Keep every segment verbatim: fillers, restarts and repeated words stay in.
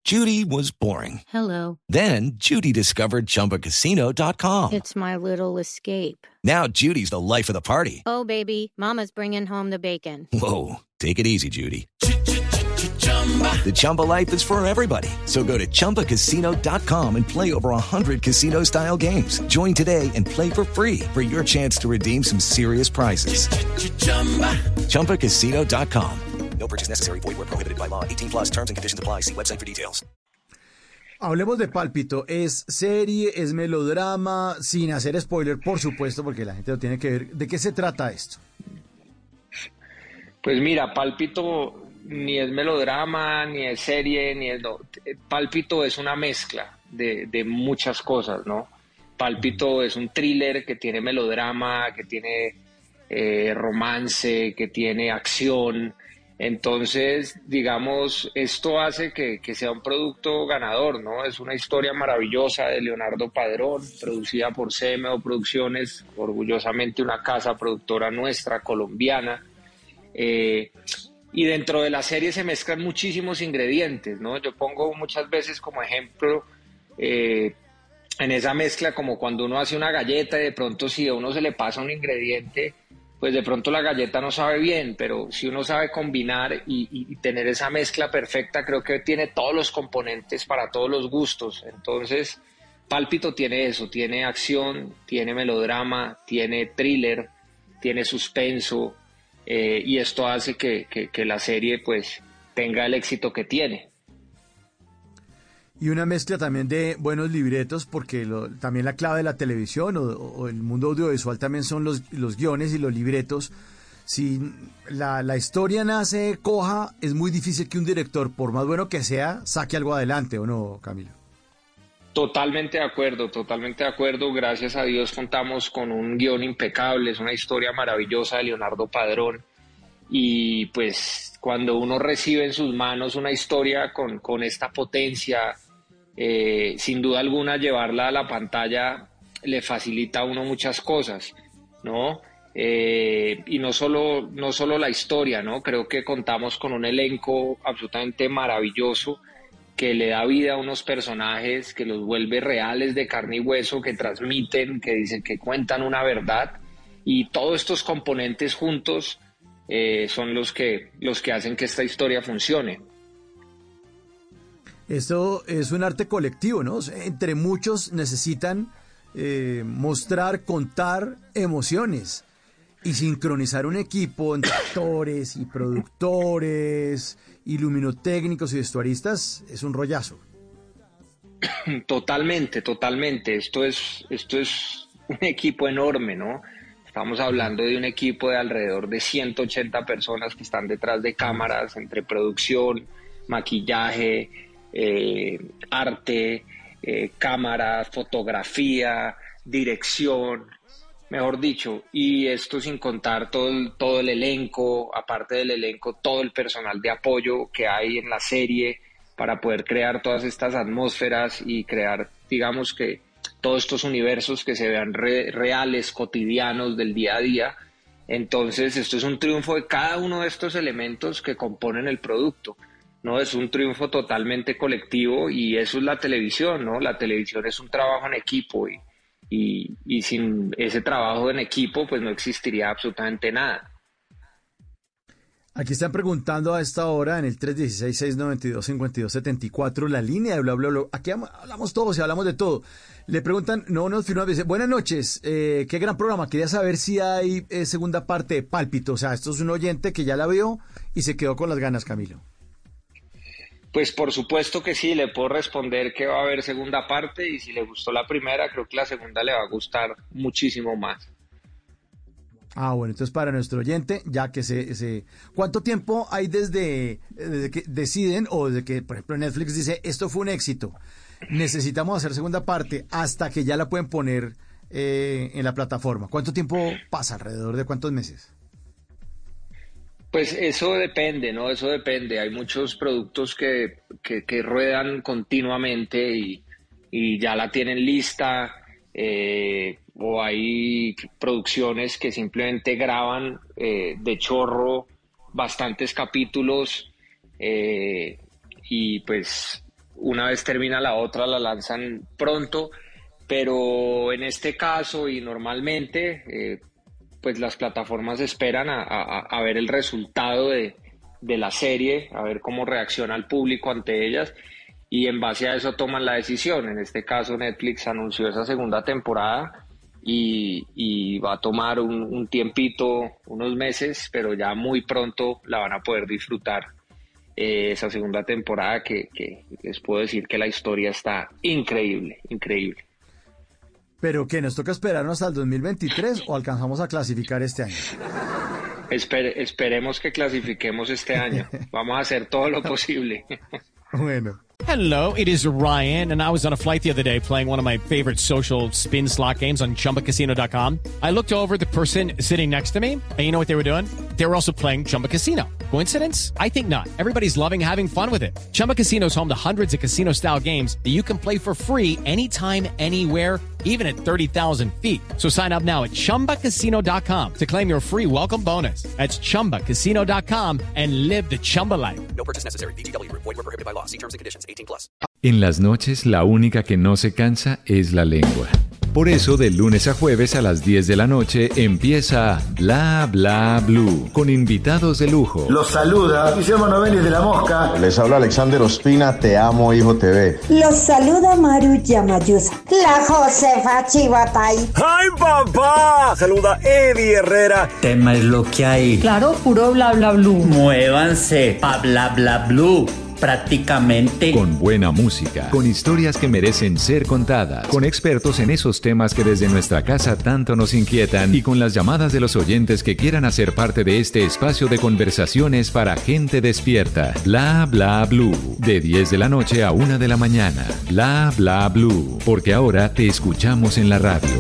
Judy was boring. Hello. Then Judy discovered Chumba Casino dot com. It's my little escape. Now Judy's the life of the party. Oh, baby, mama's bringing home the bacon. Whoa, take it easy, Judy. The Chumba life is for everybody. So go to Chumba Casino dot com and play over one hundred casino-style games. Join today and play for free for your chance to redeem some serious prizes. Chumba Casino dot com. No purchase necessary. Void where prohibited by law. eighteen plus terms and conditions apply. See website for details. Hablemos de Pálpito. ¿Es serie, es melodrama? Sin hacer spoiler, por supuesto, porque la gente lo tiene que ver. ¿De qué se trata esto? Pues mira, Pálpito ni es melodrama, ni es serie, ni es... No. Pálpito es una mezcla de, de muchas cosas, ¿no? Pálpito es un thriller que tiene melodrama, que tiene eh, romance, que tiene acción. Entonces, digamos, esto hace que, que sea un producto ganador, ¿no? Es una historia maravillosa de Leonardo Padrón, producida por C M O Producciones, orgullosamente una casa productora nuestra, colombiana. Eh, y dentro de la serie se mezclan muchísimos ingredientes, ¿no? Yo pongo muchas veces como ejemplo eh, en esa mezcla como cuando uno hace una galleta y de pronto si a uno se le pasa un ingrediente, pues de pronto la galleta no sabe bien, pero si uno sabe combinar y, y, y tener esa mezcla perfecta, creo que tiene todos los componentes para todos los gustos. Entonces, Pálpito tiene eso, tiene acción, tiene melodrama, tiene thriller, tiene suspenso, eh, y esto hace que, que, que la serie pues tenga el éxito que tiene. Y una mezcla también de buenos libretos, porque lo, también la clave de la televisión o, o el mundo audiovisual también son los, los guiones y los libretos. Si la, la historia nace coja, es muy difícil que un director, por más bueno que sea, saque algo adelante, ¿o no, Camilo? Totalmente de acuerdo, totalmente de acuerdo. Gracias a Dios contamos con un guión impecable, es una historia maravillosa de Leonardo Padrón. Y pues cuando uno recibe en sus manos una historia con, con esta potencia, Eh, sin duda alguna llevarla a la pantalla le facilita a uno muchas cosas, ¿no? Eh, y no solo, no solo la historia, ¿no? Creo que contamos con un elenco absolutamente maravilloso que le da vida a unos personajes, que los vuelve reales de carne y hueso, que transmiten, que dicen, que cuentan una verdad, y todos estos componentes juntos eh, son los que, los que hacen que esta historia funcione. Esto es un arte colectivo, ¿no? Entre muchos necesitan eh, mostrar, contar emociones y sincronizar un equipo entre actores y productores, iluminotécnicos y vestuaristas es un rollazo. Totalmente, totalmente. Esto es, esto es un equipo enorme, ¿no? Estamos hablando de un equipo de alrededor de ciento ochenta personas que están detrás de cámaras, entre producción, maquillaje, Eh, arte, eh, cámara, fotografía, dirección, mejor dicho, y esto sin contar todo el, todo el elenco, aparte del elenco, todo el personal de apoyo que hay en la serie para poder crear todas estas atmósferas y crear, digamos que, todos estos universos que se vean re, reales, cotidianos del día a día. Entonces, esto es un triunfo de cada uno de estos elementos que componen el producto. No, es un triunfo totalmente colectivo y eso es la televisión, ¿no? La televisión es un trabajo en equipo y, y, y sin ese trabajo en equipo pues no existiría absolutamente nada. Aquí están preguntando a esta hora en el tres uno seis, seis nueve dos, cinco dos siete cuatro, la línea de bla bla bla. Aquí hablamos todos y hablamos de todo. Le preguntan, no nos firma, dice, buenas noches, eh, qué gran programa. Quería saber si hay eh, segunda parte de Pálpito. O sea, esto es un oyente que ya la vio y se quedó con las ganas, Camilo. Pues por supuesto que sí, le puedo responder que va a haber segunda parte y si le gustó la primera, creo que la segunda le va a gustar muchísimo más. Ah, bueno, entonces para nuestro oyente, ya que se... se ¿cuánto tiempo hay desde, desde que deciden o desde que, por ejemplo, Netflix dice, esto fue un éxito, necesitamos hacer segunda parte, hasta que ya la pueden poner eh, en la plataforma? ¿Cuánto tiempo pasa? ¿Alrededor de cuántos meses? Pues eso depende, ¿no? Eso depende. Hay muchos productos que, que, que ruedan continuamente y, y ya la tienen lista, eh, o hay producciones que simplemente graban eh, de chorro bastantes capítulos, eh, y pues una vez termina la otra la lanzan pronto, pero en este caso y normalmente eh, pues las plataformas esperan a, a, a ver el resultado de, de la serie, a ver cómo reacciona el público ante ellas y en base a eso toman la decisión. En este caso Netflix anunció esa segunda temporada y, y va a tomar un, un tiempito, unos meses, pero ya muy pronto la van a poder disfrutar. Eh, esa segunda temporada que, que les puedo decir que la historia está increíble, increíble. ¿Pero qué, nos toca esperarnos hasta el dos mil veintitrés o alcanzamos a clasificar este año? Esper- esperemos que clasifiquemos este año. Vamos a hacer todo lo posible. Bueno. Hello, it is Ryan, and I was on a flight the other day playing one of my favorite social spin slot games on Chumba Casino dot com. I looked over at the person sitting next to me, and you know what they were doing? They were also playing Chumba Casino. Coincidence? I think not. Everybody's loving having fun with it. Chumba Casino is home to hundreds of casino-style games that you can play for free anytime, anywhere, even at thirty thousand feet. So sign up now at Chumba Casino dot com to claim your free welcome bonus. That's Chumba Casino dot com and live the Chumba life. No purchase necessary. V G W. Void where prohibited by law. See terms and conditions. eighteen plus. En las noches, la única que no se cansa es la lengua. Por eso, de lunes a jueves a las diez de la noche empieza Bla Bla Blue, con invitados de lujo. Los saluda Guillermo Novelli de La Mosca. Les habla Alexander Ospina, Te Amo Hijo T V. Los saluda Maru Yamayusa. La Josefa Chivatay. ¡Ay, papá! Saluda Eddie Herrera. Tema es lo que hay. Claro, puro Bla Bla Blue. Muévanse pa' Bla Bla Blue. Prácticamente. Con buena música, con historias que merecen ser contadas, con expertos en esos temas que desde nuestra casa tanto nos inquietan y con las llamadas de los oyentes que quieran hacer parte de este espacio de conversaciones para gente despierta. Bla Bla Blue, de diez de la noche a una de la mañana. Bla Bla Blue, porque ahora te escuchamos en la radio.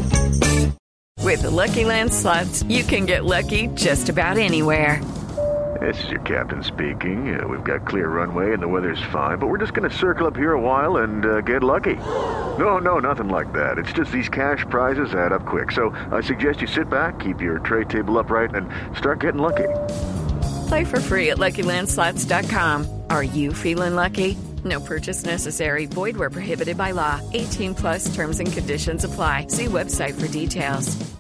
With the Lucky Land Slots, you can get lucky just about anywhere. This is your captain speaking. Uh, we've got clear runway and the weather's fine, but we're just going to circle up here a while and uh, get lucky. No, no, nothing like that. It's just these cash prizes add up quick. So I suggest you sit back, keep your tray table upright, and start getting lucky. Play for free at Lucky Land Slots dot com. Are you feeling lucky? No purchase necessary. Void where prohibited by law. eighteen plus terms and conditions apply. See website for details.